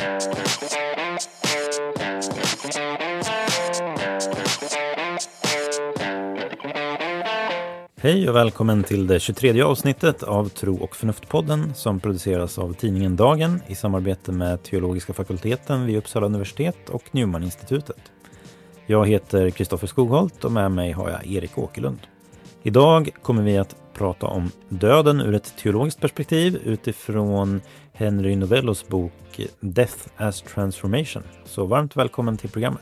Hej och välkommen till det 23:e avsnittet av Tro och förnuft-podden som produceras av tidningen Dagen i samarbete med Teologiska fakulteten vid Uppsala universitet och Newman-institutet. Jag heter Kristoffer Skogholt och med mig har jag Erik Åkerlund. Idag kommer vi att prata om döden ur ett teologiskt perspektiv utifrån Henry Novellos bok Death as Transformation. Så varmt välkommen till programmet.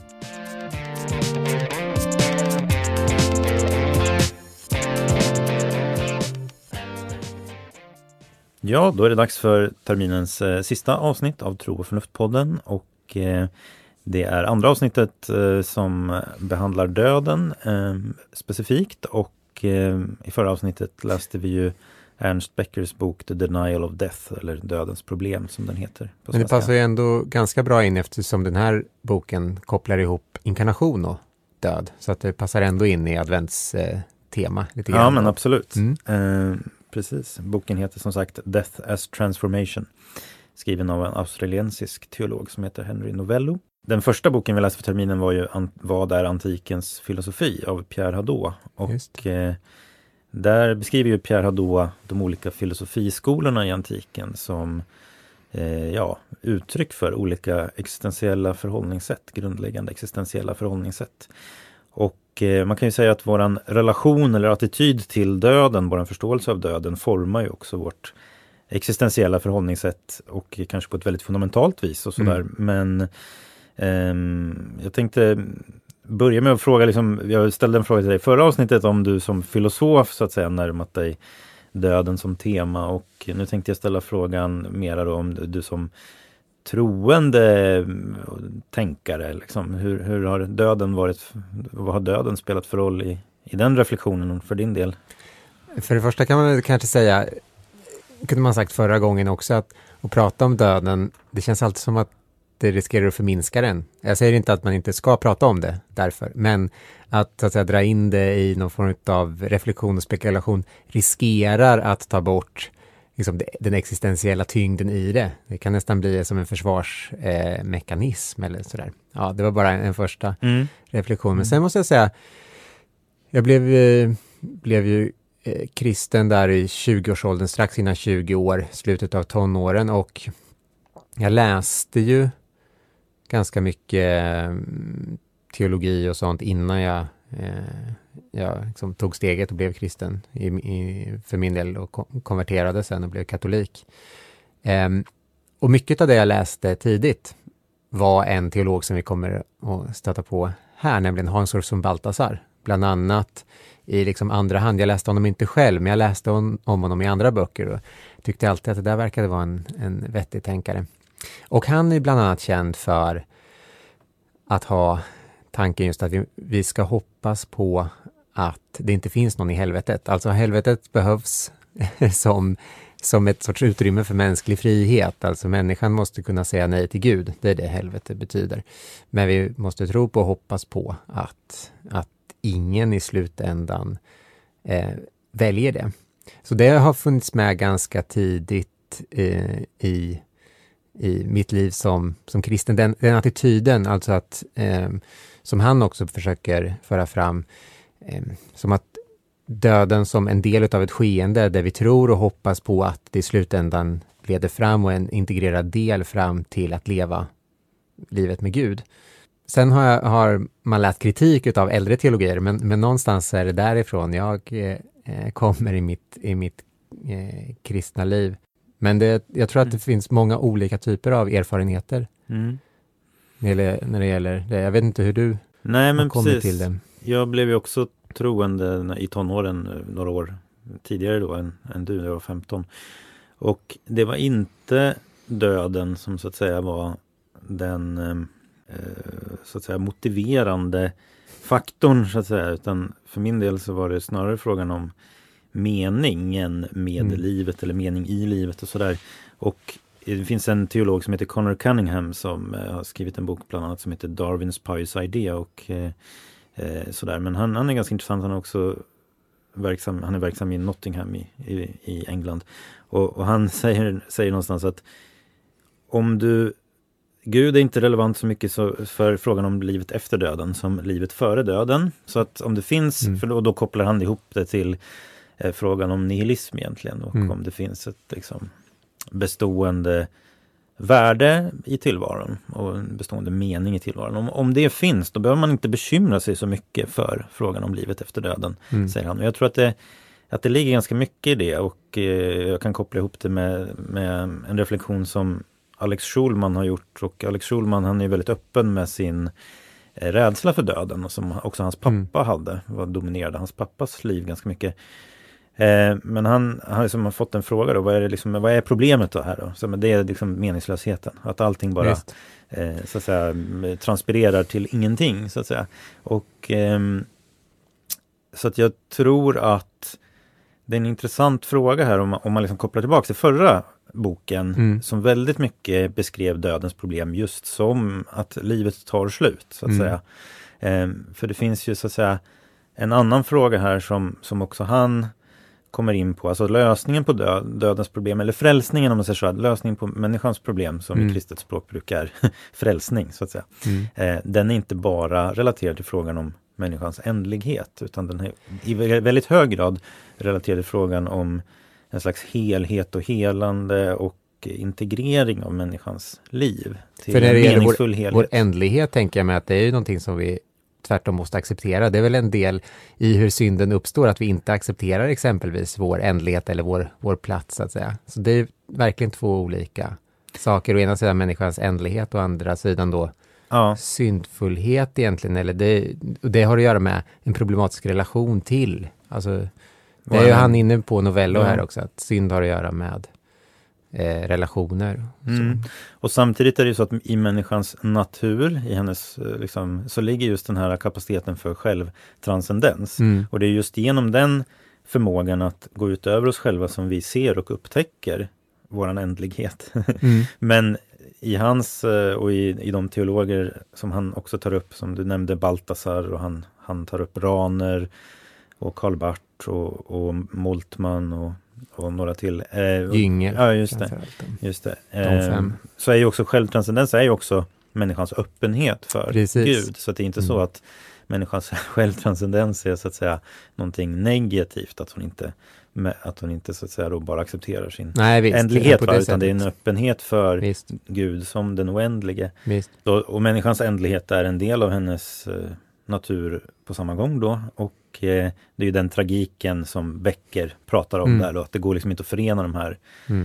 Ja, då är det dags för terminens sista avsnitt av Tro och förnuft-podden och det är andra avsnittet som behandlar döden specifikt och i förra avsnittet läste vi ju Ernst Beckers bok The Denial of Death eller Dödens problem som den heter. Men det passar ju ändå ganska bra in eftersom den här boken kopplar ihop inkarnation och död så att det passar ändå in i adventstema lite grann. Ja, men absolut. Precis. Boken heter som sagt Death as Transformation, skriven av en australiensisk teolog som heter Henry Novello. Den första boken vi läste för terminen var ju Vad är antikens filosofi av Pierre Hadot. Och där beskriver ju Pierre Hadot de olika filosofiskolorna i antiken som uttryck för olika existentiella förhållningssätt, grundläggande existentiella förhållningssätt. Och man kan ju säga att våran relation eller attityd till döden, vår förståelse av döden formar ju också vårt existentiella förhållningssätt och kanske på ett väldigt fundamentalt vis och sådär. Men jag tänkte börja med att fråga, jag ställde en fråga till dig i förra avsnittet om du som filosof så att säga närmat dig döden som tema och nu tänkte jag ställa frågan mera då om du som troende tänkare, hur har döden varit, vad har döden spelat för roll i den reflektionen för din del? För det första kan man kanske säga, kunde man sagt förra gången också, att prata om döden, det känns alltid som att det riskerar att förminska den. Jag säger inte att man inte ska prata om det därför, men att så att säga dra in det i någon form av reflektion och spekulation riskerar att ta bort den existentiella tyngden i det. Det kan nästan bli som en försvarsmekanism eller sådär. Ja, det var bara en första reflektion. Men sen måste jag säga, jag blev ju kristen där i 20-årsåldern, strax innan 20 år, slutet av tonåren, och jag läste ju ganska mycket teologi och sånt innan jag tog steget och blev kristen för min del och konverterade sen och blev katolik. Och mycket av det jag läste tidigt var en teolog som vi kommer att stöta på här, nämligen Hans Urs von Balthasar. Bland annat i andra hand. Jag läste honom inte själv, men jag läste om honom i andra böcker och tyckte alltid att det där verkade vara en vettig tänkare. Och han är bland annat känd för att ha tanken just att vi ska hoppas på att det inte finns någon i helvetet. Alltså helvetet behövs som ett sorts utrymme för mänsklig frihet. Alltså människan måste kunna säga nej till Gud. Det är det helvetet betyder. Men vi måste tro på och hoppas på att ingen i slutändan väljer det. Så det har funnits med ganska tidigt i mitt liv som kristen. Den attityden, alltså att som han också försöker föra fram, som att döden som en del av ett skeende där vi tror och hoppas på att det i slutändan leder fram och en integrerad del fram till att leva livet med Gud. Sen har man läst kritik av äldre teologier, men någonstans är det därifrån jag kommer i mitt kristna liv. Men jag tror att det finns många olika typer av erfarenheter när det gäller det. Jag vet inte hur du har kommit till det. Jag blev ju också troende i tonåren några år tidigare då än du, jag var 15. Och det var inte döden som så att säga var den så att säga motiverande faktorn så att säga, utan för min del så var det snarare frågan om meningen med livet eller mening i livet och sådär. Och det finns en teolog som heter Connor Cunningham som har skrivit en bok bland annat som heter Darwin's Pious Idea och sådär. Men han är ganska intressant. Han är också verksam i Nottingham i England. Och han säger någonstans att om du Gud är inte relevant så mycket för frågan om livet efter döden som livet före döden. Så att om det finns, för då kopplar han ihop det till frågan om nihilism egentligen. Och om det finns ett liksom, bestående värde i tillvaron och en bestående mening i tillvaron. Om det finns, då behöver man inte bekymra sig så mycket för frågan om livet efter döden, säger han. Och jag tror att det ligger ganska mycket i det, och jag kan koppla ihop det med en reflektion som Alex Schulman har gjort. Och Alex Schulman, han är väldigt öppen med sin rädsla för döden, och som också hans pappa dominerade hans pappas liv ganska mycket. Men han liksom har fått en fråga då, vad är problemet då här då? Så, men det är liksom meningslösheten, att allting bara så att säga transpirerar till ingenting, så att säga. Och så att jag tror att det är en intressant fråga här om man liksom kopplar tillbaka till förra boken som väldigt mycket beskrev dödens problem just som att livet tar slut, så att säga. För det finns ju så att säga en annan fråga här som också han kommer in på, alltså lösningen på dödens problem, eller frälsningen, om man säger så, lösningen på människans problem, som i kristet språk brukar frälsning, så att säga. Den är inte bara relaterad till frågan om människans ändlighet, utan den är i väldigt hög grad relaterad till frågan om en slags helhet och helande och integrering av människans liv till för när det en meningsfull gäller helhet. Vår ändlighet, tänker jag mig att det är ju någonting som vi tvärtom måste acceptera. Det är väl en del i hur synden uppstår, att vi inte accepterar exempelvis vår ändlighet eller vår plats, så att säga. Så det är verkligen två olika saker. Å ena sidan människans ändlighet och å andra sidan då syndfullhet egentligen. Eller det har att göra med en problematisk relation till. Alltså, det är ju han inne på Novello här också, att synd har att göra med relationer. Och samtidigt är det ju så att i människans natur, i hennes liksom, så ligger just den här kapaciteten för självtranscendens. Och det är just genom den förmågan att gå utöver oss själva som vi ser och upptäcker våran ändlighet. Men i hans och i de teologer som han också tar upp, som du nämnde, Balthasar, och han tar upp Rahner och Karl Barth och Moltmann och några till. Gyngel. Ja, just det. De 5. Så är ju också självtranscendens är ju också människans öppenhet för Gud. Så att det är inte så att människans självtranscendens är så att säga någonting negativt, att hon inte så att säga då bara accepterar sin ändlighet, utan det är en öppenhet för Gud som den oändlige. Och människans ändlighet är en del av hennes natur på samma gång då, och det är ju den tragiken som Becker pratar om där då, att det går liksom inte att förena de här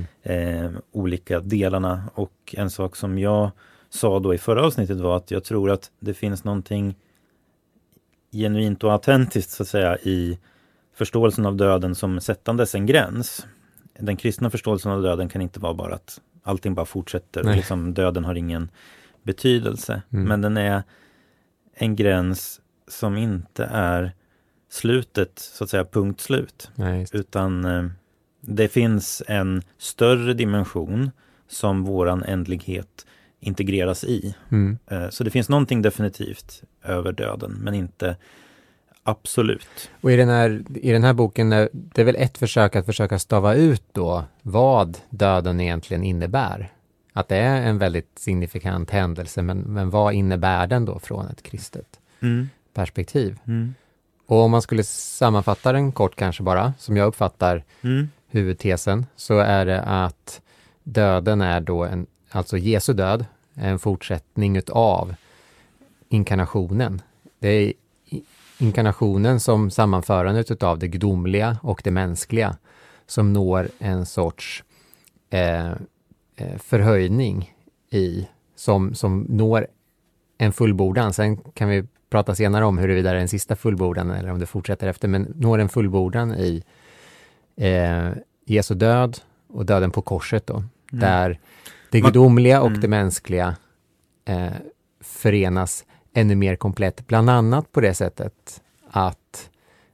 olika delarna. Och en sak som jag sa då i förra avsnittet var att jag tror att det finns någonting genuint och autentiskt, så att säga, i förståelsen av döden som sättandes en gräns. Den kristna förståelsen av döden kan inte vara bara att allting bara fortsätter och liksom döden har ingen betydelse. Men den är en gräns som inte är slutet, så att säga, punkt slut. Utan det finns en större dimension som våran ändlighet integreras i. Så det finns någonting definitivt över döden, men inte absolut. Och i den här boken, det är väl ett försök att försöka stava ut då vad döden egentligen innebär. Att det är en väldigt signifikant händelse, men vad innebär den då från ett kristet perspektiv? Och om man skulle sammanfatta den kort kanske bara, som jag uppfattar huvudtesen, så är det att döden är då alltså Jesu död, en fortsättning utav inkarnationen. Det är inkarnationen som sammanförandet utav det gudomliga och det mänskliga som når en sorts förhöjning som når en fullbordan. Sen kan vi prata senare om huruvida det är en sista fullbordan eller om det fortsätter efter, men når en fullbordan i Jesu död och döden på korset då, där det gudomliga och det mänskliga förenas ännu mer komplett, bland annat på det sättet att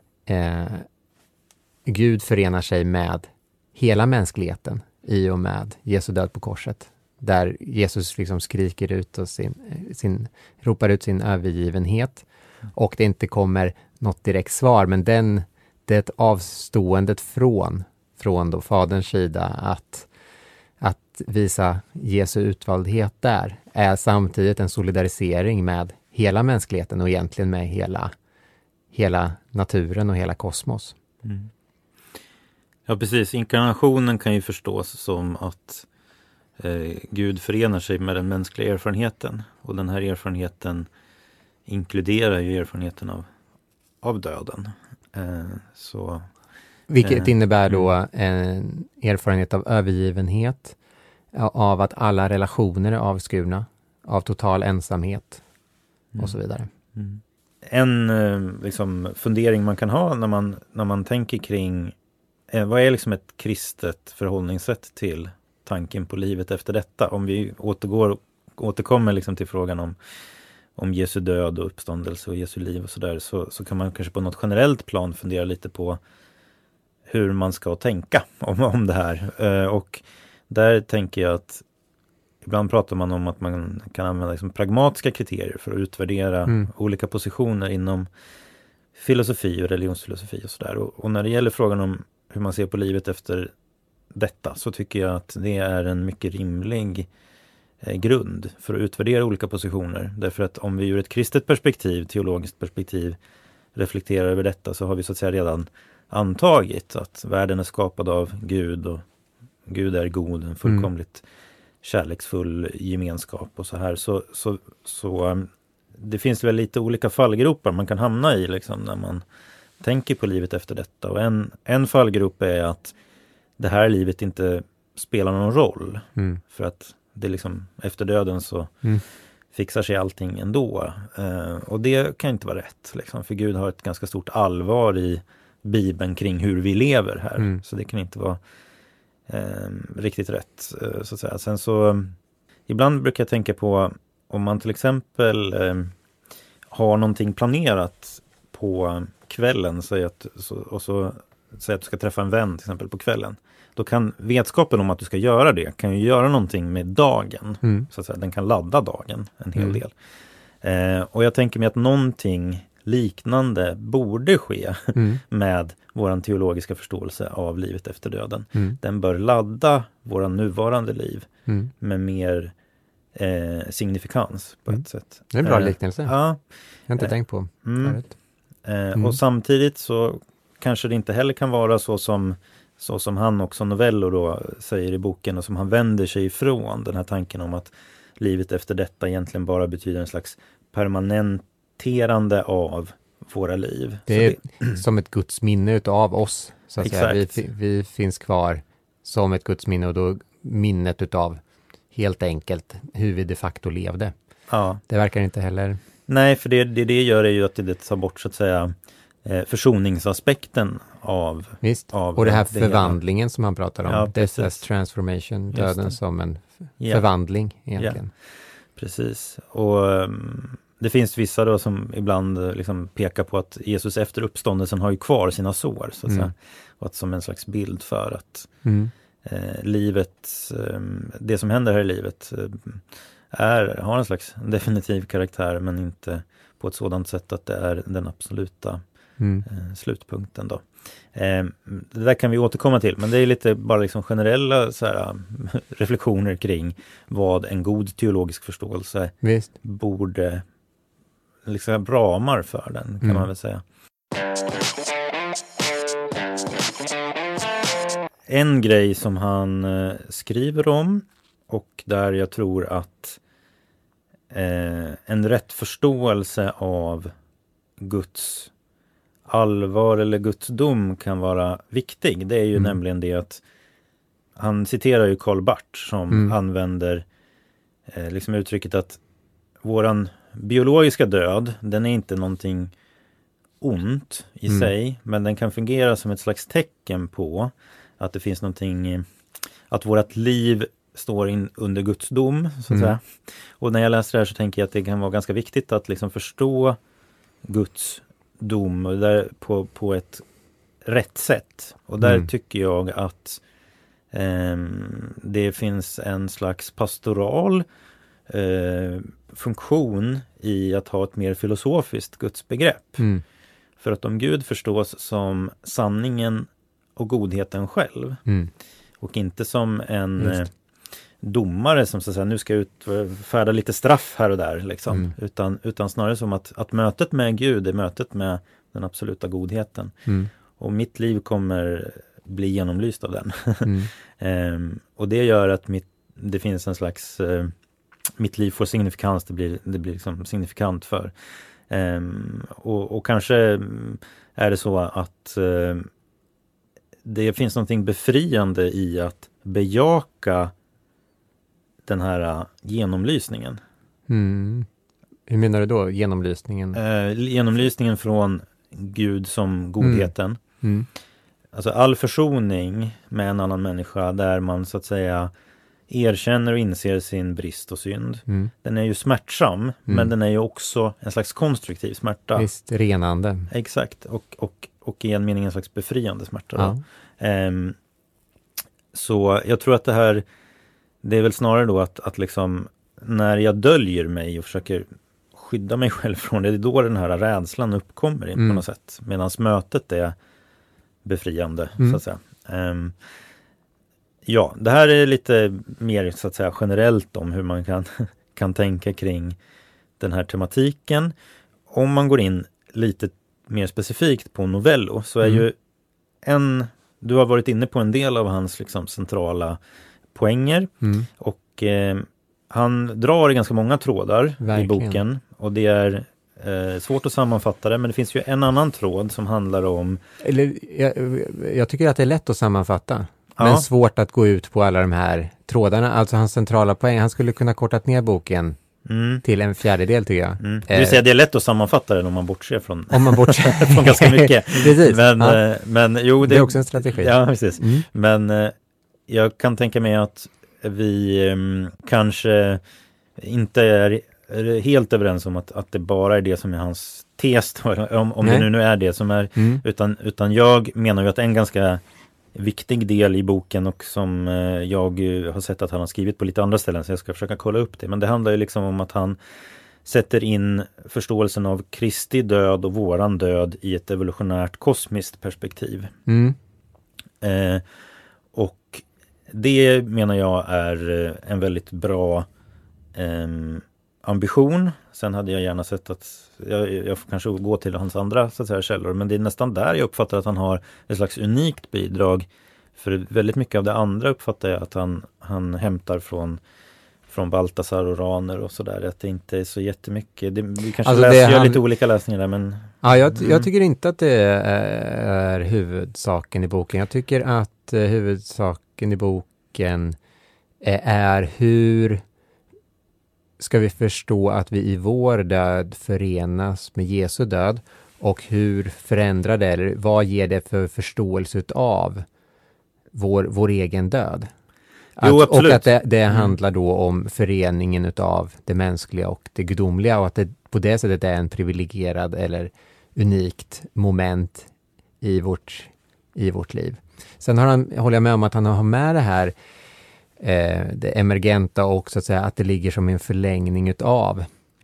Gud förenar sig med hela mänskligheten i och med Jesu död på korset, där Jesus liksom skriker ut och ropar ut sin övergivenhet, och det inte kommer något direkt svar, men det är ett avståendet från då faderns sida att visa Jesu utvaldhet där är samtidigt en solidarisering med hela mänskligheten och egentligen med hela naturen och hela kosmos. Mm. Ja, precis. Inkarnationen kan ju förstås som att Gud förenar sig med den mänskliga erfarenheten. Och den här erfarenheten inkluderar ju erfarenheten av döden. Vilket innebär då en erfarenhet av övergivenhet, av att alla relationer är avskurna, av total ensamhet och så vidare. Mm. En liksom fundering man kan ha när man tänker kring vad är liksom ett kristet förhållningssätt till tanken på livet efter detta? Om vi återkommer liksom till frågan om Jesu död och uppståndelse och Jesu liv och sådär, så kan man kanske på något generellt plan fundera lite på hur man ska tänka om det här. Och där tänker jag att ibland pratar man om att man kan använda liksom pragmatiska kriterier för att utvärdera olika positioner inom filosofi och religionsfilosofi och sådär. Och när det gäller frågan om hur man ser på livet efter detta, så tycker jag att det är en mycket rimlig grund för att utvärdera olika positioner. Därför att om vi ur ett kristet perspektiv, teologiskt perspektiv, reflekterar över detta, så har vi så att säga redan antagit att världen är skapad av Gud och Gud är god, en fullkomligt kärleksfull gemenskap och så här. Så det finns väl lite olika fallgropar man kan hamna i liksom, när man tänker på livet efter detta. Och en fallgrop är att det här livet inte spelar någon roll. För att det liksom, efter döden så fixar sig allting ändå. Och det kan inte vara rätt. Liksom, för Gud har ett ganska stort allvar i Bibeln kring hur vi lever här. Så det kan inte vara riktigt rätt, så att säga. Sen så ibland brukar jag tänka på om man till exempel har någonting planerat på kvällen, säg att du ska träffa en vän till exempel på kvällen. Då kan vetskapen om att du ska göra det kan ju göra någonting med dagen. Så att säga. Den kan ladda dagen en hel del. Och jag tänker mig att någonting liknande borde ske med våran teologiska förståelse av livet efter döden. Den bör ladda våran nuvarande liv med mer signifikans på ett sätt. Det är en bra liknelse. Ja. Jag har inte tänkt på förut. Och samtidigt så kanske det inte heller kan vara så som han också Novello då säger i boken, och som han vänder sig ifrån, den här tanken om att livet efter detta egentligen bara betyder en slags permanenterande av våra liv. Det är som ett Guds minne utav oss. Så att säga. Vi finns kvar som ett Guds minne, och då minnet utav helt enkelt hur vi de facto levde. Ja. Det verkar inte heller... Nej, för det gör är ju att det tar bort så att säga försoningsaspekten av... Visst, och det här förvandlingen som han pratar om. Ja, death as transformation, döden som en förvandling egentligen. Ja. Precis, och det finns vissa då som ibland liksom pekar på att Jesus efter uppståndelsen har ju kvar sina sår, så att säga. Och att som en slags bild för att livet, det som händer här i livet har en slags definitiv karaktär, men inte på ett sådant sätt att det är den absoluta slutpunkten då. Det där kan vi återkomma till, men det är lite bara liksom generella så här, reflektioner kring vad en god teologisk förståelse borde liksom ramar för den, kan man väl säga. En grej som han skriver om, och där jag tror att en rätt förståelse av Guds allvar eller Guds dom kan vara viktig. Det är ju nämligen det att han citerar ju Karl Barth som använder liksom uttrycket att våran biologiska död, den är inte någonting ont i sig, men den kan fungera som ett slags tecken på att det finns någonting, att vårat liv står under Guds dom, så att säga. Och när jag läser det här så tänker jag att det kan vara ganska viktigt att liksom förstå Guds dom och där på ett rätt sätt. Och där tycker jag att det finns en slags pastoral funktion i att ha ett mer filosofiskt gudsbegrepp. För att om Gud förstås som sanningen och godheten själv och inte som domare som så att säga, nu ska utfärda lite straff här och där liksom. Utan snarare som att mötet med Gud är mötet med den absoluta godheten. Och mitt liv kommer bli genomlyst av den. Och det gör att det finns en slags mitt liv får signifikans, det blir liksom signifikant för. Och kanske är det så att det finns någonting befriande i att bejaka den här genomlysningen. Hur menar du då, genomlysningen? Genomlysningen från Gud som godheten. Alltså all försoning med en annan människa där man så att säga erkänner och inser sin brist och synd. Den är ju smärtsam, men den är ju också en slags konstruktiv smärta. Visst, renande. Exakt, och i en mening en slags befriande smärta. Så jag tror att det är väl snarare då att liksom när jag döljer mig och försöker skydda mig själv från det är då den här rädslan uppkommer på något sätt. Medan mötet är befriande, så att säga. Ja, det här är lite mer så att säga generellt om hur man kan tänka kring den här tematiken. Om man går in lite mer specifikt på Novello så är ju du har varit inne på en del av hans liksom centrala poänger och han drar i ganska måga trådar i boken och det är svårt att sammanfatta det, men det finns ju en annan tråd som handlar om... Jag tycker att det är lätt att sammanfatta. Men svårt att gå ut på alla de här trådarna. Alltså hans centrala poäng. Han skulle kunna kortat ner boken till en fjärdedel tycker jag. Det vill säga det är lätt att sammanfatta den om man bortser från, från ganska mycket. Precis. Men jo, det är också en strategi. Ja, precis. Men jag kan tänka mig att vi kanske inte är helt överens om att det bara är det som är hans tes. Om det nu är det som är. Utan jag menar ju att en ganska viktig del i boken och som jag har sett att han har skrivit på lite andra ställen så jag ska försöka kolla upp det. Men det handlar ju liksom om att han sätter in förståelsen av Kristi död och våran död i ett evolutionärt kosmiskt perspektiv. Och det menar jag är en väldigt bra ambition. Sen hade jag gärna sett att jag får kanske gå till hans andra så att säga, källor, men det är nästan där jag uppfattar att han har ett slags unikt bidrag. För väldigt mycket av det andra uppfattar jag att han hämtar från Baltasar och Raner och sådär. Att det inte är så jättemycket. Vi kanske gör lite olika läsningar där, men... Ja, jag tycker inte att det är huvudsaken i boken. Jag tycker att huvudsaken i boken är hur ska vi förstå att vi i vår död förenas med Jesu död och hur förändrar det, eller vad ger det för förståelse av vår egen död? Och att det handlar då om föreningen utav det mänskliga och det gudomliga och att det på det sättet är en privilegierad eller unikt moment i vårt liv. Sen håller jag med om att han har med det här det emergenta och så att säga att det ligger som en förlängning utav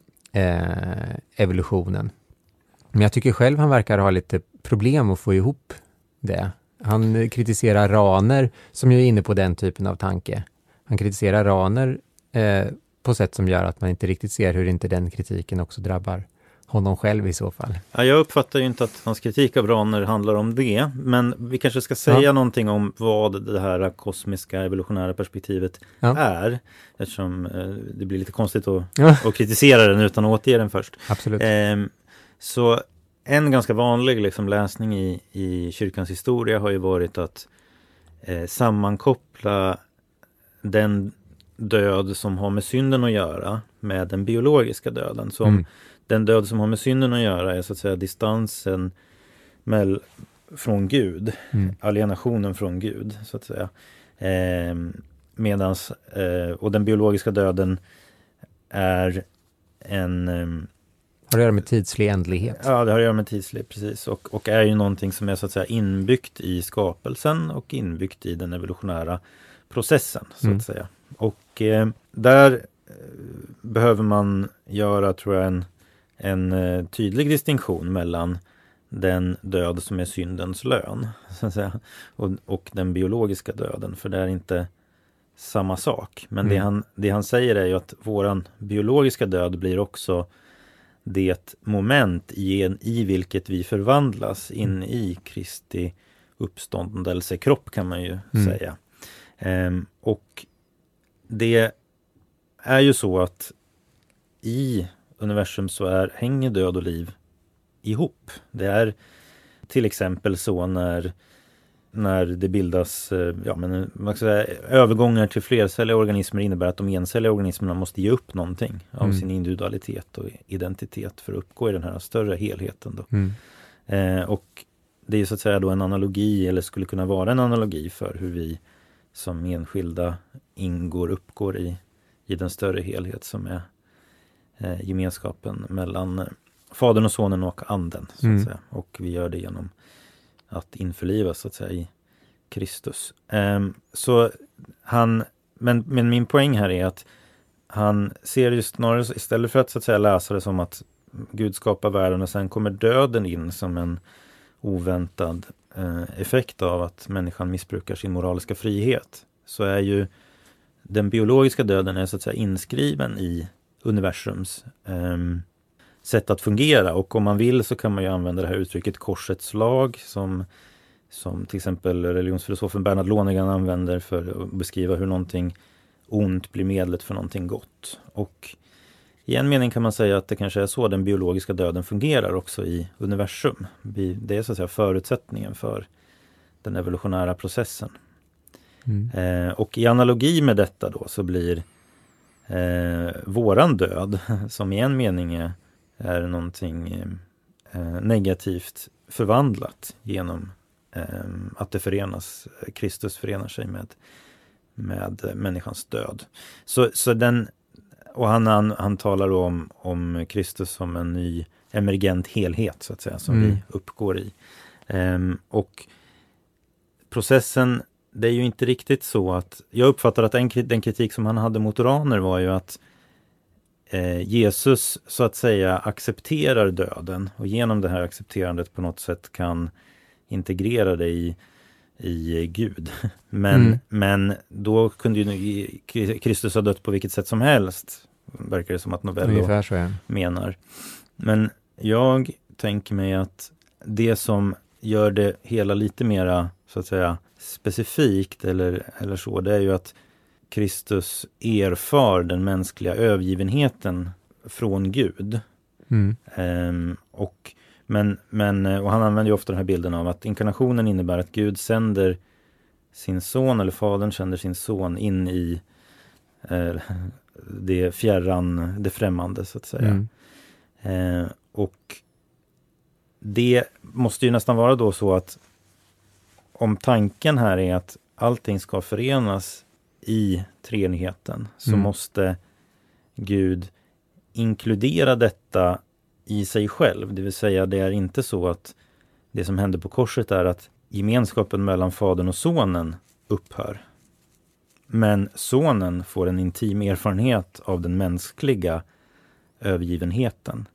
evolutionen. Men jag tycker själv han verkar ha lite problem att få ihop det. Han kritiserar Raner som ju är inne på den typen av tanke. Han kritiserar Raner på sätt som gör att man inte riktigt ser hur inte den kritiken också drabbar honom själv i så fall. Ja, jag uppfattar ju inte att hans kritik av Raner handlar om det, men vi kanske ska säga någonting om vad det här kosmiska evolutionära perspektivet är, eftersom det blir lite konstigt att kritisera den utan att återge den först. Absolut. Så en ganska vanlig liksom, läsning i kyrkans historia har ju varit att sammankoppla den död som har med synden att göra med den biologiska döden. Som den död som har med synden att göra är så att säga distansen från Gud, alienationen från Gud så att säga. Och den biologiska döden är en... Har det att göra med tidslig ändlighet? Ja, det har att göra med tidslig, precis. Och är ju någonting som är så att säga inbyggt i skapelsen och inbyggt i den evolutionära processen så att säga. Och där behöver man göra, tror jag, en tydlig distinktion mellan den död som är syndens lön så att säga, och den biologiska döden. För det är inte samma sak. Men det han säger är ju att våran biologiska död blir också det moment i vilket vi förvandlas in i Kristi uppståndelsekropp, kan man ju säga. Och det är ju så att i universum så hänger död och liv ihop. Det är till exempel så när det bildas man ska säga, övergångar till flercelliga organismer innebär att de encelliga organismerna måste ge upp någonting av sin individualitet och identitet för att uppgå i den här större helheten då. Och det är så att säga då en analogi, eller skulle kunna vara en analogi för hur vi som enskilda uppgår i den större helhet som är gemenskapen mellan Fadern och Sonen och Anden, så att säga. Och vi gör det genom att införlivas, så att säga, i Kristus. Men min poäng här är att han ser ju snarare, istället för att, så att säga, läsa det som att Gud skapar världen och sen kommer döden in som en oväntad effekt av att människan missbrukar sin moraliska frihet, så är ju den biologiska döden så att säga inskriven i universums sätt att fungera. Och om man vill så kan man ju använda det här uttrycket korsets lag som till exempel religionsfilosofen Bernhard Lonergan använder för att beskriva hur någonting ont blir medlet för någonting gott. Och i en mening kan man säga att det kanske är så den biologiska döden fungerar också i universum. Det är så att säga förutsättningen för den evolutionära processen. Och i analogi med detta då så blir våran död, som i en mening är någonting negativt, förvandlat genom att det förenas, Kristus förenar sig med människans död. Så den, och han talar då om Kristus som en ny emergent helhet, så att säga, som vi uppgår i. Och processen, det är ju inte riktigt så att, jag uppfattar att den kritik som han hade mot Rahner var ju att Jesus, så att säga, accepterar döden och genom det här accepterandet på något sätt kan integrera det i Gud. Men då kunde ju Kristus ha dött på vilket sätt som helst, verkar det som att Novello menar. Men jag tänker mig att det som gör det hela lite mera, så att säga, specifikt eller så, det är ju att Kristus erfar den mänskliga övergivenheten från Gud. Och han använder ju ofta den här bilden av att inkarnationen innebär att Gud sänder sin son, eller fadern sänder sin son in i det fjärran, det främmande, så att säga. Och det måste ju nästan vara då så att om tanken här är att allting ska förenas i treenigheten, så måste Gud inkludera detta i sig själv. Det vill säga, det är inte så att det som händer på korset är att gemenskapen mellan fadern och sonen upphör. Men sonen får en intim erfarenhet av den mänskliga övergivenheten.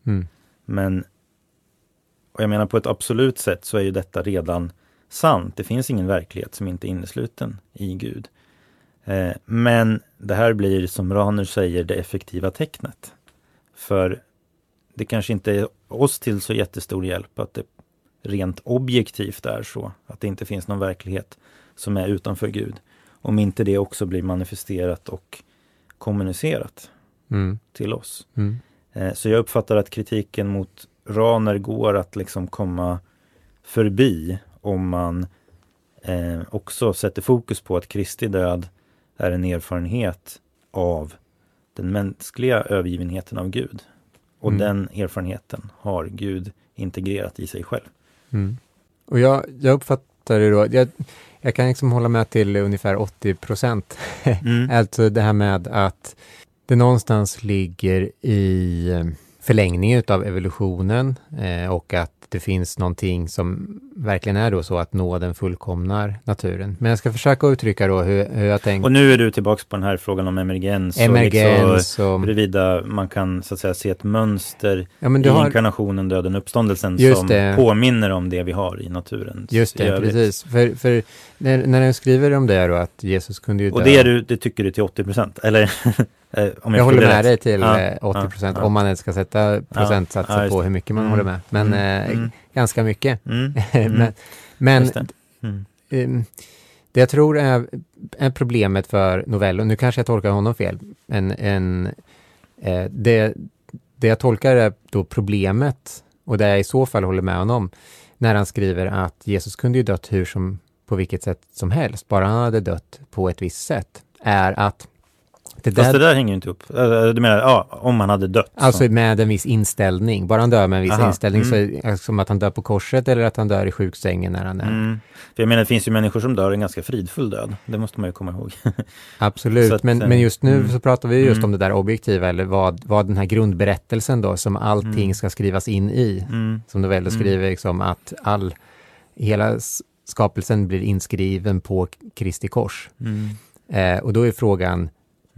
Och jag menar, på ett absolut sätt så är ju detta redan sant. Det finns ingen verklighet som inte är innesluten i Gud. Men det här blir, som Rahner säger, det effektiva tecknet. För det kanske inte är oss till så jättestor hjälp att det rent objektivt är så. Att det inte finns någon verklighet som är utanför Gud. Om inte det också blir manifesterat och kommunicerat till oss. Så jag uppfattar att kritiken mot Rahner går att liksom komma förbi om man också sätter fokus på att Kristi död är en erfarenhet av den mänskliga övergivenheten av Gud. Och den erfarenheten har Gud integrerat i sig själv. Och jag uppfattar det då, jag kan liksom hålla med till ungefär 80%. Alltså det här med att det någonstans ligger i förlängning utav evolutionen och att det finns någonting som verkligen är då så att nåden fullkomnar naturen. Men jag ska försöka uttrycka då hur jag tänker. Och nu är du tillbaka på den här frågan om emergens och huruvida man kan så att säga se ett mönster i inkarnationen, döden, uppståndelsen som påminner om det vi har i naturen. Just det, precis. För när jag skriver om det då att Jesus kunde ju dö. Och det tycker du till 80%, eller? Om jag håller med dig till 80%, om man ens ska sätta procentsatser på hur mycket man håller med. Men ganska mycket. Men det jag tror är problemet för Novello, nu kanske jag tolkar honom fel, det jag tolkar är då problemet, och det jag i så fall håller med honom, när han skriver att Jesus kunde ju dött på vilket sätt som helst, bara han hade dött på ett visst sätt, är att Fast det där hänger ju inte upp. Du menar, om han hade dött. Alltså med en viss inställning. Bara han dör med en viss inställning så är det som att han dör på korset eller att han dör i sjuksängen när han är. För jag menar, det finns ju människor som dör en ganska fridfull död. Det måste man ju komma ihåg. Absolut, att, men just nu så pratar vi just om det där objektiva, eller vad den här grundberättelsen då, som allting ska skrivas in i. Som Novello skriver, liksom, att hela skapelsen blir inskriven på Kristi kors. Och då är frågan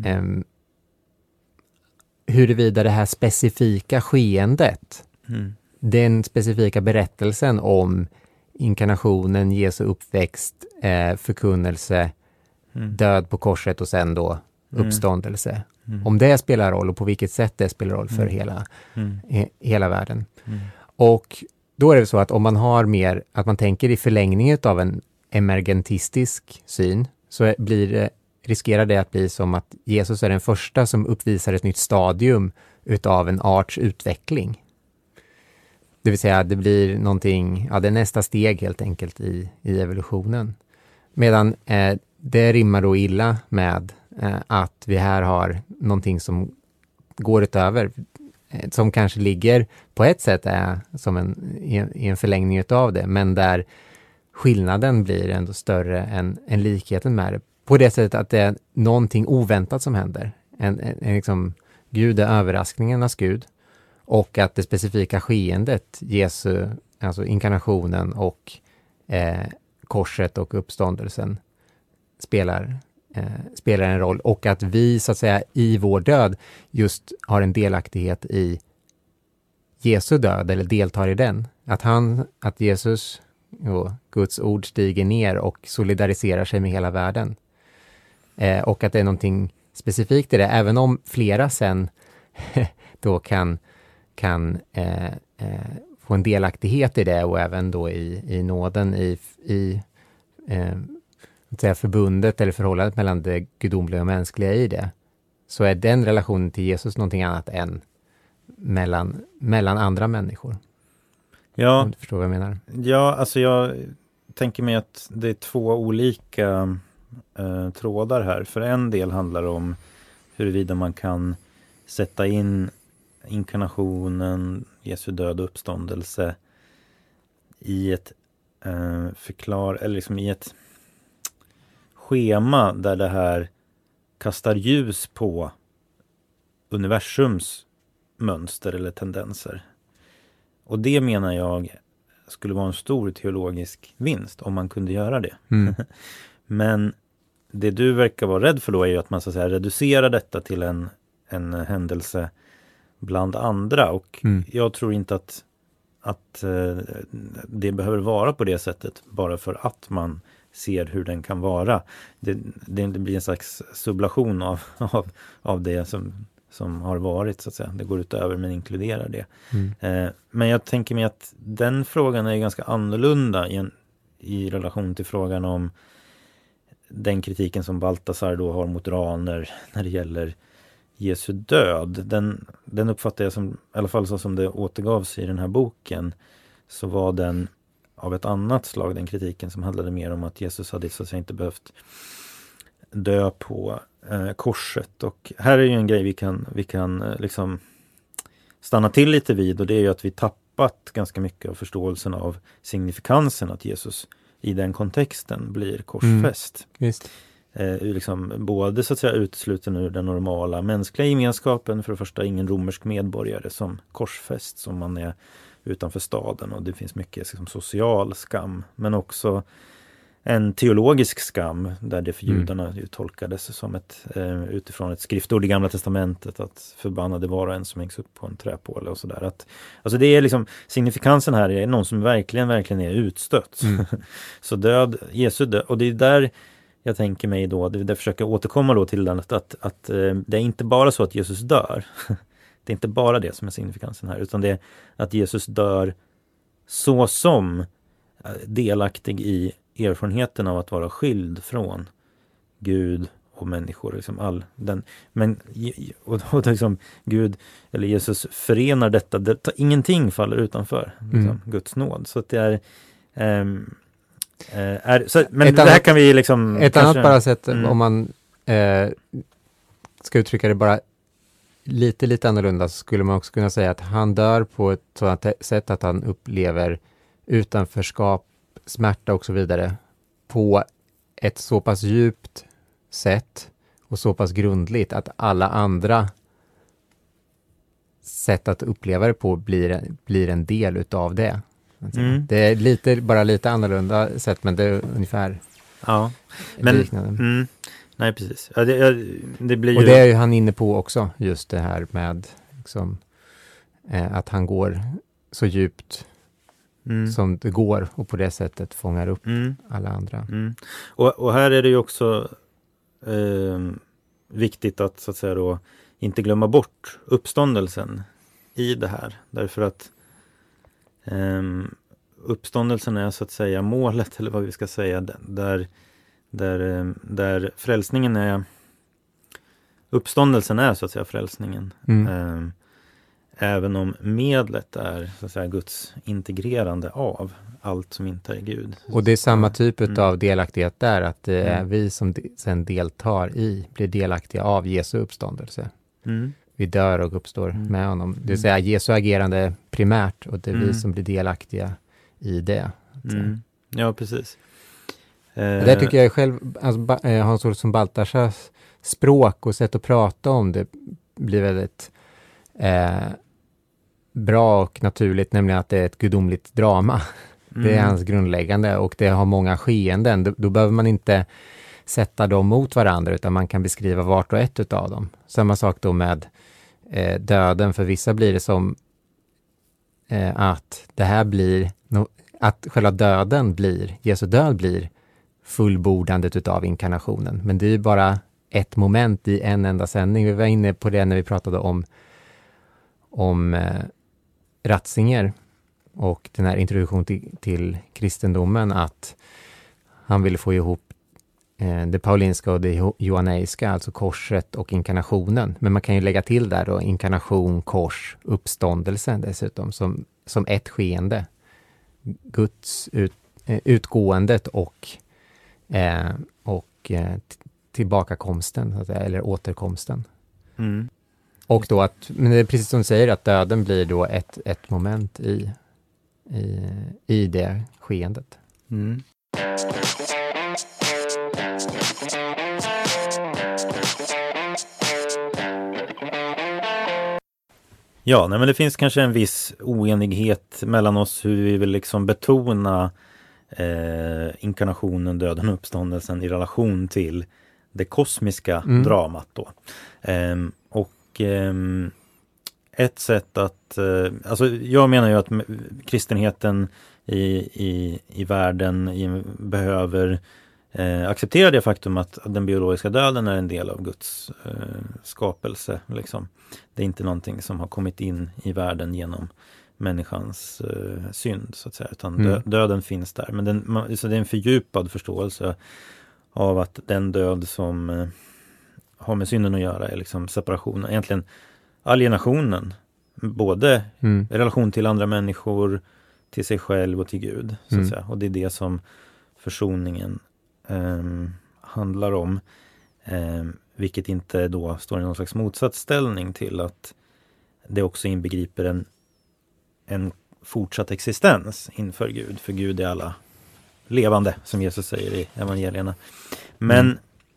huruvida det här specifika skeendet, den specifika berättelsen om inkarnationen, Jesu uppväxt, förkunnelse, död på korset och sen då uppståndelse. Om det spelar roll och på vilket sätt det spelar roll för hela världen. Och då är det så att om man har mer, att man tänker i förlängningen av en emergentistisk syn, så riskerar det att bli som att Jesus är den första som uppvisar ett nytt stadium utav en arts utveckling. Det vill säga, det blir någonting, det är nästa steg helt enkelt i evolutionen. Medan det rimmar då illa med att vi här har någonting som går utöver, som kanske ligger på ett sätt som i en förlängning utav det, men där skillnaden blir ändå större än likheten med det. På det sättet att det är någonting oväntat som händer. Liksom, Gud är överraskningarnas Gud. Och att det specifika skeendet, Jesu, alltså inkarnationen och korset och uppståndelsen spelar en roll. Och att vi så att säga i vår död just har en delaktighet i Jesu död, eller deltar i den. Att Jesus, Guds ord, stiger ner och solidariserar sig med hela världen. Och att det är någonting specifikt i det, även om flera sen då kan få en delaktighet i det, och även då i nåden i förbundet eller förhållandet mellan det gudomliga och mänskliga i det, så är den relationen till Jesus någonting annat än mellan andra människor. Ja. Om du förstår vad jag menar. Ja, alltså jag tänker mig att det är två olika trådar här. För en del handlar om huruvida man kan sätta in inkarnationen, Jesu död och uppståndelse i ett eller liksom i ett schema där det här kastar ljus på universums mönster eller tendenser. Och det menar jag skulle vara en stor teologisk vinst om man kunde göra det. Men det du verkar vara rädd för då är ju att man så att säga reducerar detta till en händelse bland andra. Och jag tror inte att det behöver vara på det sättet bara för att man ser hur den kan vara. Det blir en slags sublation av det som har varit, så att säga. Det går utöver men inkluderar det. Men jag tänker mig att den frågan är ganska annorlunda i relation till frågan om den kritiken som Baltasar då har mot Rahner när det gäller Jesu död. Den uppfattar jag som, i alla fall så som det återgavs i den här boken, så var den av ett annat slag, den kritiken som handlade mer om att Jesus hade så att säga inte behövt dö på korset. Och här är ju en grej vi kan liksom stanna till lite vid, och det är ju att vi tappat ganska mycket av förståelsen av signifikansen att Jesus i den kontexten blir korsfäst. liksom både så att säga utesluten ur den normala mänskliga gemenskapen. För det första ingen romersk medborgare som korsfäst som man är utanför staden, och det finns mycket liksom, social skam, men också en teologisk skam där det för judarna ju tolkades som utifrån ett skriftord i Gamla testamentet att förbannade var och en som hängs upp på en träpåle och sådär. Alltså det är liksom, signifikansen här är någon som verkligen är utstött. Så Jesu död, och det är där jag tänker mig då, det försöker återkomma då till den att det är inte bara så att Jesus dör. Det är inte bara det som är signifikansen här, utan det är att Jesus dör så som delaktig i erfarenheten av att vara skild från Gud och människor. Liksom och liksom Gud eller Jesus förenar detta. Ingenting faller utanför liksom, Guds nåd. Så att det är... men det här kan vi liksom... Ett annat bara sätt, om man ska uttrycka det bara lite annorlunda, så skulle man också kunna säga att han dör på ett sådant sätt att han upplever utanförskap, smärta och så vidare på ett så pass djupt sätt och så pass grundligt att alla andra sätt att uppleva det på blir en del utav det. Det är bara lite annorlunda sätt, men det är ungefär liknande. Nej, precis. Ja, det blir ju... Och det är ju han inne på också, just det här med liksom, att han går så djupt som det går och på det sättet fångar upp alla andra. Och här är det ju också viktigt att så att säga då inte glömma bort uppståndelsen i det här. Därför att uppståndelsen är så att säga målet, eller vad vi ska säga, där frälsningen är, uppståndelsen är så att säga frälsningen. Även om medlet är så att säga Guds integrerande av allt som inte är Gud. Och det är samma typ av delaktighet där, att det är vi som sen blir delaktiga av Jesu uppståndelse. Vi dör och uppstår med honom. Det vill säga Jesu agerande primärt, och det är vi som blir delaktiga i det. Ja, precis. Det tycker jag själv, alltså, Hans Olsson Baltasars språk och sätt att prata om det blir väldigt bra och naturligt, nämligen att det är ett gudomligt drama. Det är hans grundläggande, och det har många skeenden. Då behöver man inte sätta dem mot varandra, utan man kan beskriva vart och ett utav dem. Samma sak då med döden. För vissa blir det som att det här blir att själva Jesu död blir fullbordandet utav inkarnationen. Men det är ju bara ett moment i en enda sändning. Vi var inne på det när vi pratade om Ratzinger och den här introduktion till kristendomen, att han ville få ihop det paulinska och det johaneiska, alltså korset och inkarnationen. Men man kan ju lägga till där då inkarnation, kors, uppståndelsen dessutom som ett skeende. Guds utgåendet och tillbakakomsten, så att säga, eller återkomsten. Och då men det är precis som du säger, att döden blir då ett moment i det skeendet. Ja, men det finns kanske en viss oenighet mellan oss hur vi vill liksom betona inkarnationen, döden och uppståndelsen i relation till det kosmiska dramat då. Ett sätt att, alltså jag menar ju att kristenheten i världen behöver acceptera det faktum att den biologiska döden är en del av Guds skapelse. Liksom. Det är inte någonting som har kommit in i världen genom människans synd, så att säga, utan döden finns där. Men så det är en fördjupad förståelse av att den död som har med synden att göra är liksom separationen, egentligen alienationen, både i relation till andra människor, till sig själv och till Gud, så att säga. Och det är det som försoningen handlar om, vilket inte då står i någon slags motsatsställning till att det också inbegriper en fortsatt existens inför Gud, för Gud är alla levande, som Jesus säger i evangelierna. Men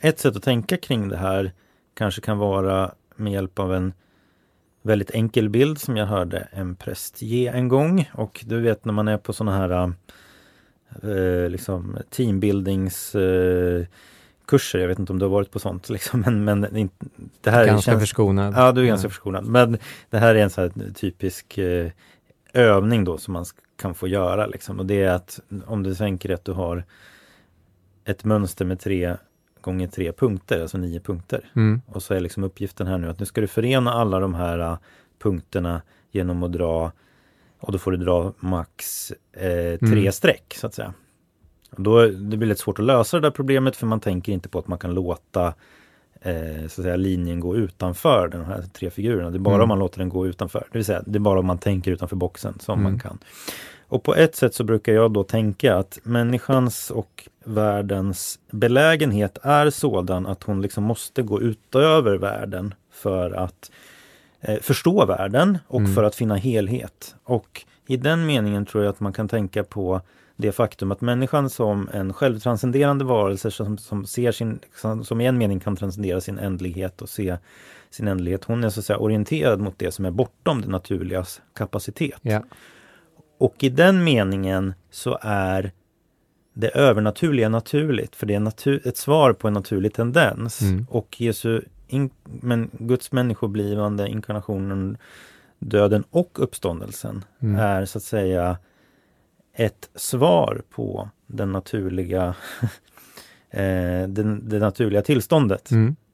ett sätt att tänka kring det här kanske kan vara med hjälp av en väldigt enkel bild som jag hörde en präst ge en gång. Och du vet när man är på såna här liksom teambuildingskurser, jag vet inte om du har varit på sånt liksom, men det här ganska förskonad. Ja, du är ganska förskonad. Men det här är en så här typisk övning då som man kan få göra liksom. Och det är att om du tänker att du har ett mönster med 3 gånger 3 punkter, alltså 9 punkter. Och så är liksom uppgiften här nu att nu ska du förena alla de här punkterna genom att dra, och då får du dra max 3 streck så att säga. Och då det blir lite svårt att lösa det där problemet, för man tänker inte på att man kan låta så att säga linjen gå utanför de här 3 figurerna. Det är bara om man låter den gå utanför. Det vill säga, det är bara om man tänker utanför boxen som man kan. Och på ett sätt så brukar jag då tänka att människans och världens belägenhet är sådan att hon liksom måste gå utöver världen för att förstå världen och för att finna helhet. Och i den meningen tror jag att man kan tänka på det faktum att människan som en självtranscenderande varelse som ser som i en mening kan transcendera sin ändlighet och se sin ändlighet. Hon är så att säga orienterad mot det som är bortom det naturligas kapacitet. Ja. Och i den meningen så är det övernaturliga naturligt, för det är ett svar på en naturlig tendens. Och men Guds människoblivande, inkarnationen, döden och uppståndelsen är så att säga ett svar på den naturliga det naturliga tillståndet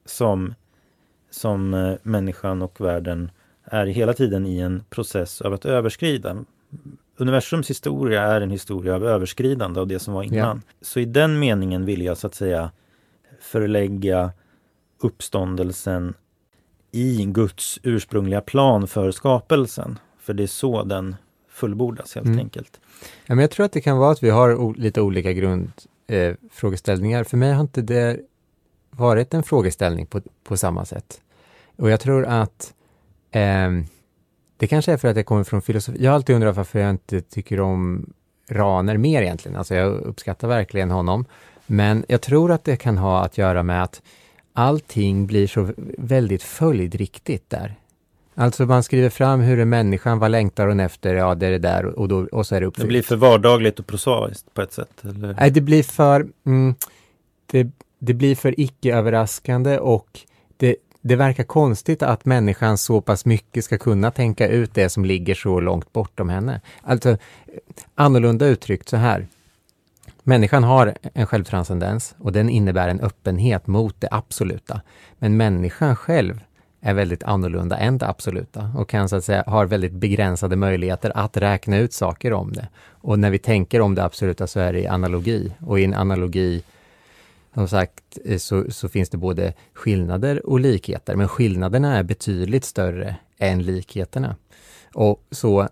som människan och världen är hela tiden i en process av att överskrida. Universums historia är en historia av överskridande av det som var innan. Så i den meningen vill jag så att säga förlägga uppståndelsen i Guds ursprungliga plan för skapelsen. För det är så den fullbordas helt enkelt. Ja, men jag tror att det kan vara att vi har lite olika grundfrågeställningar. För mig har inte det varit en frågeställning på samma sätt. Och jag tror att det kanske är för att jag kommer från filosofi. Jag har alltid undrat varför jag inte tycker om Rahner mer egentligen. Alltså jag uppskattar verkligen honom. Men jag tror att det kan ha att göra med att allting blir så väldigt följdriktigt där. Alltså man skriver fram hur är människan, vad längtar hon efter, ja det är det där och så är det uppfyllt. Det blir för vardagligt och prosaiskt på ett sätt? Eller? Nej, det blir för det blir för icke-överraskande och det verkar konstigt att människan så pass mycket ska kunna tänka ut det som ligger så långt bortom henne. Alltså annorlunda uttryckt så här. Människan har en självtranscendens och den innebär en öppenhet mot det absoluta. Men människan själv är väldigt annorlunda än det absoluta och kan så att säga har väldigt begränsade möjligheter att räkna ut saker om det. Och när vi tänker om det absoluta så är det i analogi. Och i en analogi, som sagt, så finns det både skillnader och likheter. Men skillnaderna är betydligt större än likheterna. Och så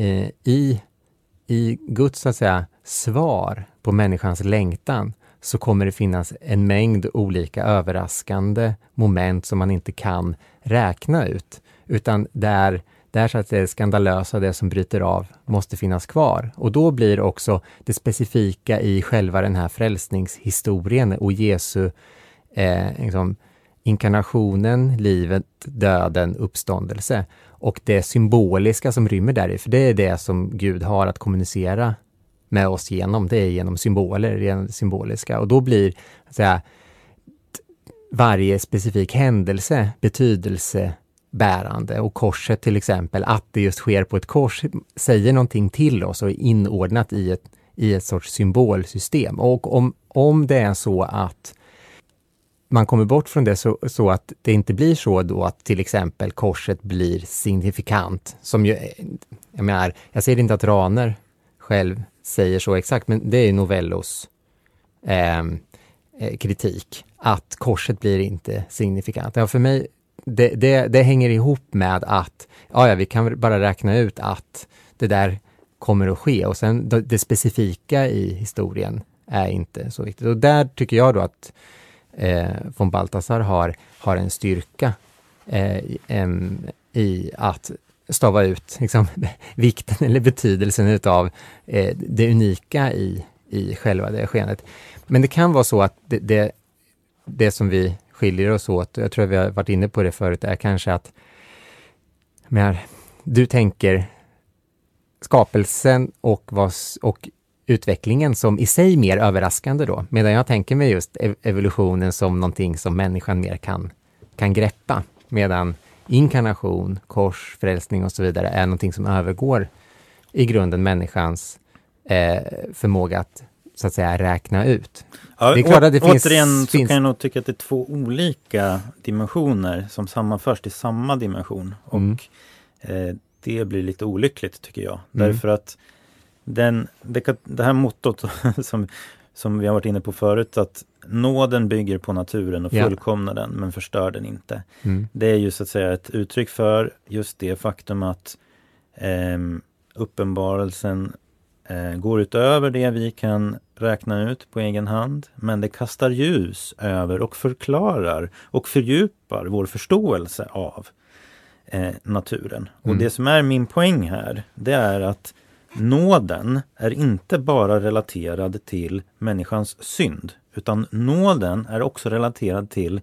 i Guds så att säga svar på människans längtan så kommer det finnas en mängd olika överraskande moment som man inte kan räkna ut. Utan där så att det skandalösa, det som bryter av, måste finnas kvar. Och då blir också det specifika i själva den här frälsningshistorien och Jesu liksom, inkarnationen, livet, döden, uppståndelse. Och det symboliska som rymmer där i, för det är det som Gud har att kommunicera med oss genom. Det är genom symboler, genom det symboliska. Och då blir så här, varje specifik händelse betydelsebärande. Och korset till exempel, att det just sker på ett kors, säger någonting till oss och är inordnat i ett sorts symbolsystem. Och om det är så att man kommer bort från det så att det inte blir så då att till exempel korset blir signifikant. Som ju, jag säger inte att Rahner själv säger så exakt, men det är Novellos kritik. Att korset blir inte signifikant. Ja, för mig, det hänger ihop med att vi kan bara räkna ut att det där kommer att ske. Och sen det specifika i historien är inte så viktigt. Och där tycker jag då att von Balthasar har en styrka i att stava ut liksom, vikten eller betydelsen utav det unika i själva det skenet. Men det kan vara så att det som vi skiljer oss åt, jag tror att vi har varit inne på det förut, är kanske att du tänker skapelsen och utvecklingen som i sig mer överraskande då, medan jag tänker mig just evolutionen som någonting som människan mer kan greppa, medan inkarnation, kors, frälsning och så vidare är någonting som övergår i grunden människans förmåga att så att säga räkna ut. Ja, det är klart att det återigen så kan jag nog tycka att det är två olika dimensioner som sammanförs till samma dimension. Och det blir lite olyckligt tycker jag. Därför att det här mottot som vi har varit inne på förut, att nåden bygger på naturen och fullkomnar den men förstör den inte. Det är ju så att säga ett uttryck för just det faktum att uppenbarelsen går utöver det vi kan räkna ut på egen hand, men det kastar ljus över och förklarar och fördjupar vår förståelse av naturen. Och det som är min poäng här, det är att nåden är inte bara relaterad till människans synd, utan nåden är också relaterad till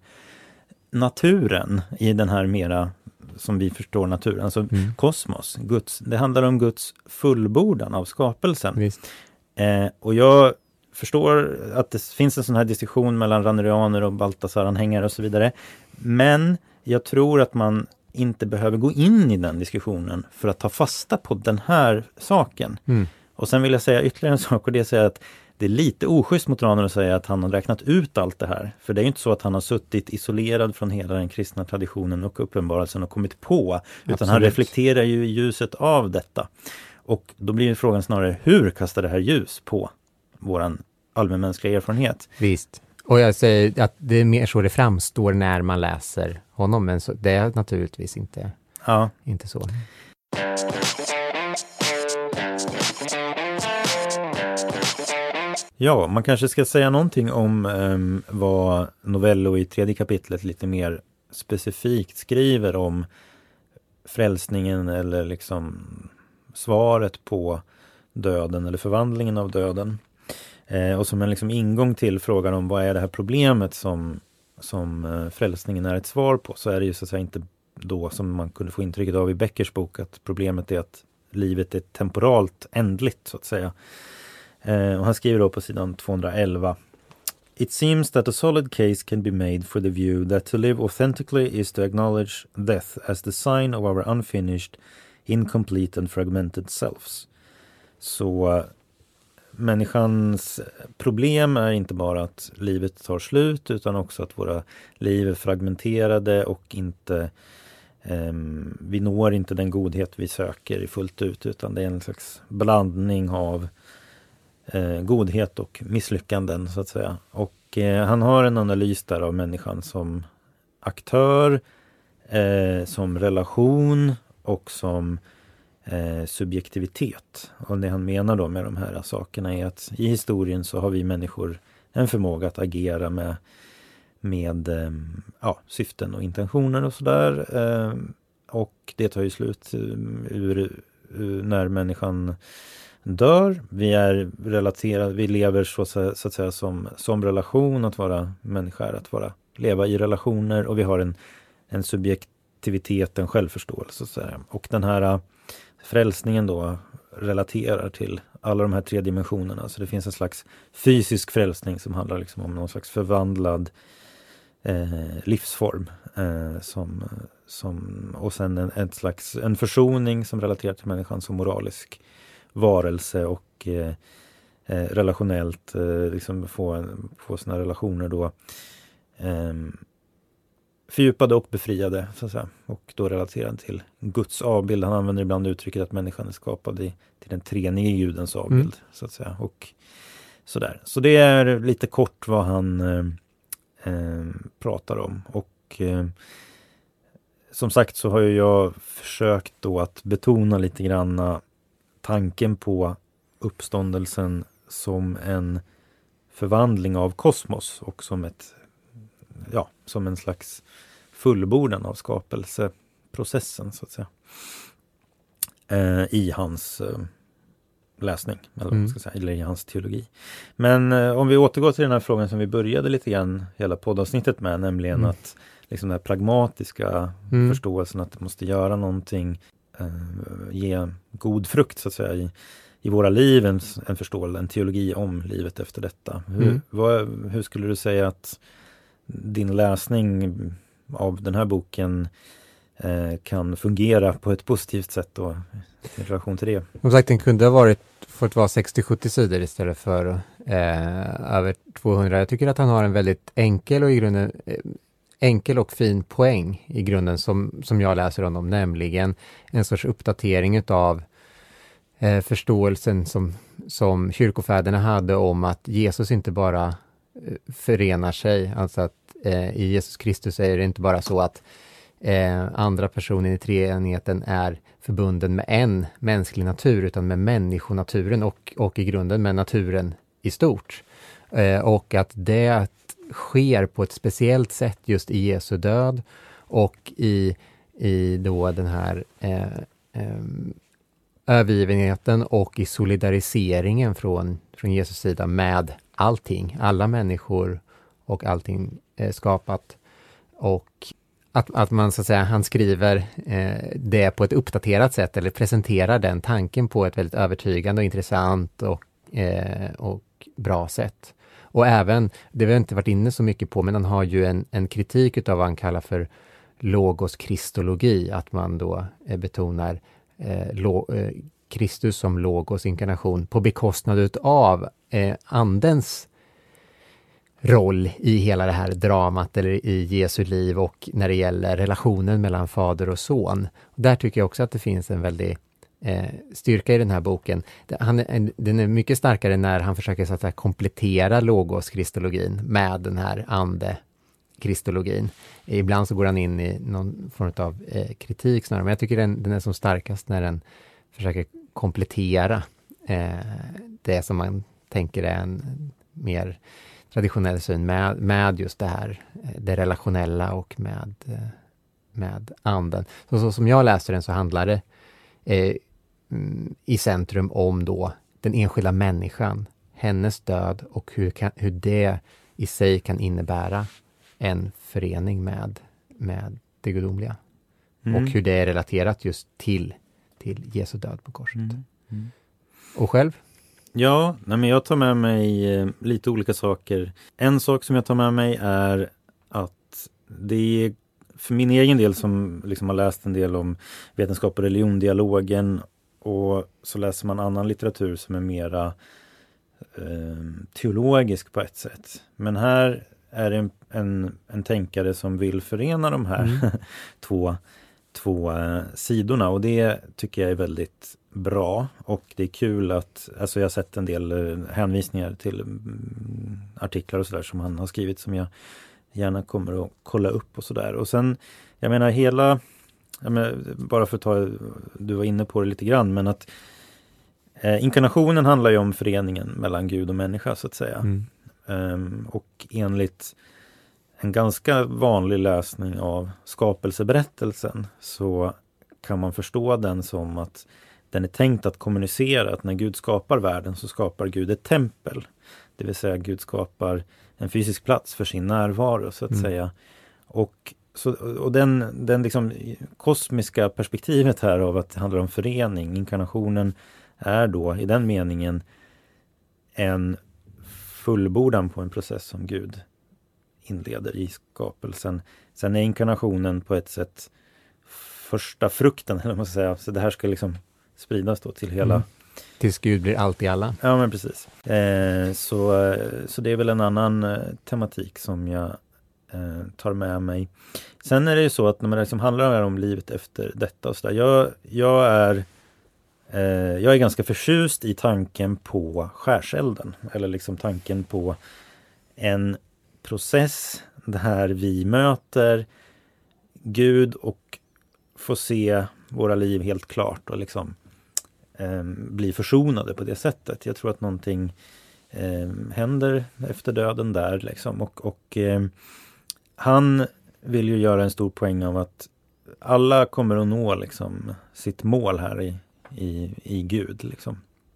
naturen i den här mera, som vi förstår naturen, alltså kosmos, det handlar om Guds fullbordan av skapelsen. Och jag förstår att det finns en sån här diskussion mellan ranerianer och Baltasar-anhängare och så vidare, men jag tror att man inte behöver gå in i den diskussionen för att ta fasta på den här saken. Och sen vill jag säga ytterligare en sak, och det är att säga att det är lite oschysst mot Rahner att säga att han har räknat ut allt det här. För det är ju inte så att han har suttit isolerad från hela den kristna traditionen och uppenbarelsen och kommit på. Utan han reflekterar ju i ljuset av detta. Och då blir ju frågan snarare, hur kastar det här ljus på våran allmänmänskliga erfarenhet? Visst. Och jag säger att det är mer så det framstår när man läser honom. Men så, det är naturligtvis inte så. Ja, man kanske ska säga någonting om vad Novello i 3:e kapitlet lite mer specifikt skriver om frälsningen eller liksom svaret på döden eller förvandlingen av döden. Och som en liksom ingång till frågan om vad är det här problemet som frälsningen är ett svar på, så är det ju så att säga inte då som man kunde få intrycket av i Beckers bok att problemet är att livet är temporalt ändligt så att säga. Och han skriver då på sidan 211: It seems that a solid case can be made for the view that to live authentically is to acknowledge death as the sign of our unfinished, incomplete and fragmented selves. Så människans problem är inte bara att livet tar slut, utan också att våra liv är fragmenterade och inte vi når inte den godhet vi söker fullt ut, utan det är en slags blandning av godhet och misslyckanden så att säga. Och han har en analys där av människan som aktör, som relation och som subjektivitet. Och det han menar då med de här sakerna är att i historien så har vi människor en förmåga att agera med syften och intentioner och sådär. Och det tar ju slut när människan dör. Vi är relaterade, vi lever så att säga som relation, att vara människa är att leva i relationer, och vi har en subjektivitet, en självförståelse så att säga. Och den här frälsningen då relaterar till alla de här 3 dimensionerna. Så det finns en slags fysisk frälsning som handlar liksom om någon slags förvandlad livsform och sen en försoning som relaterar till människan som moralisk varelse och relationellt liksom få sina relationer då fördjupade och befriade så att säga, och då relaterad till Guds avbild. Han använder ibland uttrycket att människan är skapad till den treenige Gudens avbild så att säga, och sådär. Så det är lite kort vad han pratar om, och som sagt så har jag försökt då att betona lite grann tanken på uppståndelsen som en förvandling av kosmos och som en slags fullbordan av skapelseprocessen så att säga, i hans läsning, eller, vad man ska säga, eller i hans teologi. Men om vi återgår till den här frågan som vi började lite grann hela poddavsnittet med, nämligen att liksom den här pragmatiska förståelsen att det måste göra någonting, ge god frukt så att säga i våra liv, en förståelse, en teologi om livet efter detta. Hur skulle du säga att din läsning av den här boken kan fungera på ett positivt sätt då, i relation till det? Som sagt, den kunde ha fått vara 60-70 sidor istället för över 200. Jag tycker att han har en väldigt enkel och i grunden enkel och fin poäng i grunden som jag läser honom, nämligen en sorts uppdatering av förståelsen som kyrkofäderna hade om att Jesus inte bara förenar sig, alltså att i Jesus Kristus är det inte bara så att andra personen i treenigheten är förbunden med en mänsklig natur, utan med människonaturen och i grunden med naturen i stort. Och att det sker på ett speciellt sätt just i Jesu död och i då den här övergivenheten och i solidariseringen från Jesus sida med allting, alla människor och allting skapat. Och att man så att säga, han skriver det på ett uppdaterat sätt eller presenterar den tanken på ett väldigt övertygande och intressant och bra sätt. Och även, det har vi inte varit inne så mycket på, men han har ju en kritik utav vad han kallar för logos-kristologi, att man då betonar Kristus som logos inkarnation på bekostnad utav andens roll i hela det här dramat eller i Jesu liv och när det gäller relationen mellan fader och son. Och där tycker jag också att det finns en väldig styrka i den här boken. Den är mycket starkare när han försöker så att säga, komplettera logos-kristologin med den här ande-kristologin. Ibland så går han in i någon form av kritik snarare, men jag tycker den är som starkast när den försöker komplettera det som man tänker är en mer traditionell syn med just det här, det relationella och med anden. Så som jag läser den så handlar det i centrum om då den enskilda människan, hennes död och hur det i sig kan innebära en förening med det gudomliga. Och hur det är relaterat just till Jesu död på korset. Och själv? Ja, men jag tar med mig lite olika saker. En sak som jag tar med mig är att det är för min egen del som liksom har läst en del om vetenskap och religion-dialogen, och så läser man annan litteratur som är mera teologisk på ett sätt. Men här är det en tänkare som vill förena de här två sidorna, och det tycker jag är väldigt bra, och det är kul att, alltså jag har sett en del hänvisningar till artiklar och sådär som han har skrivit som jag gärna kommer att kolla upp och sådär. Och sen, jag menar bara för att ta, du var inne på det lite grann, men att inkarnationen handlar ju om föreningen mellan Gud och människa så att säga. Och enligt en ganska vanlig läsning av skapelseberättelsen så kan man förstå den som att den är tänkt att kommunicera att när Gud skapar världen så skapar Gud ett tempel. Det vill säga Gud skapar en fysisk plats för sin närvaro så att säga. Och den liksom kosmiska perspektivet här av att det handlar om förening, inkarnationen är då i den meningen en fullbordan på en process som Gud inleder i skapelsen. Sen är inkarnationen på ett sätt första frukten, eller vad man ska säga. Så det här ska liksom spridas då till hela... Tills Gud blir allt i alla. Ja, men precis. Så det är väl en annan tematik som jag tar med mig. Sen är det ju så att när man liksom handlar om livet efter detta och så där. Jag är ganska förtjust i tanken på skärselden. Eller liksom tanken på en process där vi möter Gud och får se våra liv helt klart och liksom bli försonade på det sättet. Jag tror att någonting händer efter döden där liksom. Och han vill ju göra en stor poäng av att alla kommer att nå liksom sitt mål här i Gud liksom.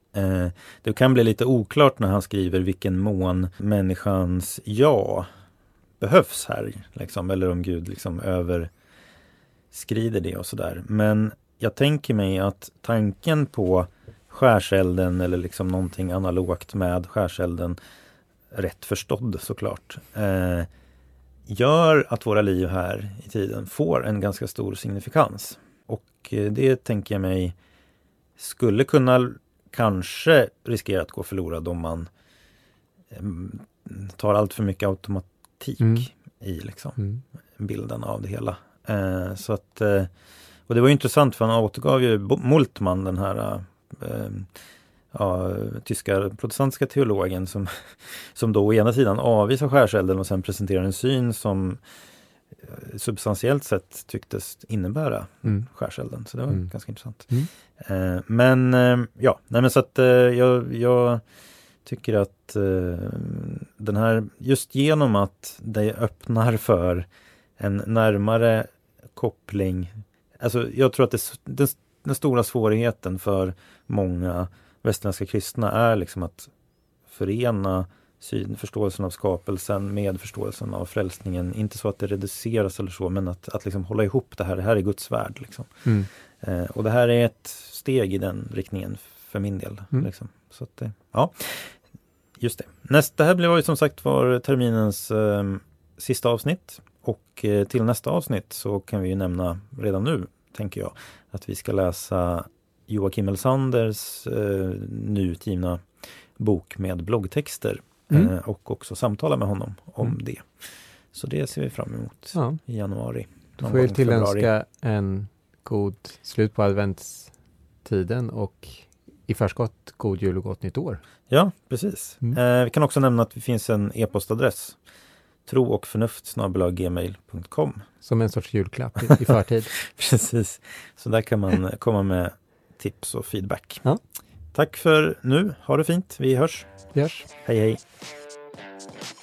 Det kan bli lite oklart när han skriver vilken mån människans ja behövs här. Liksom, eller om Gud liksom överskrider det och sådär. Men jag tänker mig att tanken på skärselden eller liksom någonting analogt med skärselden, rätt förstådd såklart, gör att våra liv här i tiden får en ganska stor signifikans. Och det tänker jag mig skulle kunna kanske riskera att gå förlorad om man tar allt för mycket automatik i liksom bilden av det hela. Så att, och det var ju intressant för han återgav ju Moltmann, den här tyska protestantiska teologen som då å ena sidan avvisar skärselden och sen presenterar en syn som substantiellt sett tycktes innebära skärselden. Så det var ganska intressant. Men så att jag tycker att den här, just genom att det öppnar för en närmare koppling, alltså jag tror att den stora svårigheten för många västerländska kristna är liksom att förena förståelsen av skapelsen med förståelsen av frälsningen. Inte så att det reduceras eller så, men att liksom hålla ihop det här. Det här är Guds värld. Liksom. Och det här är ett steg i den riktningen för min del. Liksom. Så att, ja, just det. Det här blev ju som sagt var terminens sista avsnitt. Och till nästa avsnitt så kan vi ju nämna redan nu, tänker jag, att vi ska läsa Joakim Elsanders nu utgivna bok med bloggtexter och också samtala med honom om det. Så det ser vi fram emot i januari. Då får jag tillönska en god slut på adventstiden och i förskott god jul och gott nytt år. Ja, precis. Vi kan också nämna att det finns en e-postadress, troochförnuft@gmail.com. Som en sorts julklapp i förtid. Precis. Så där kan man komma med tips och feedback. Ja. Tack för nu. Ha det fint. Vi hörs. Vi hörs. Hej hej.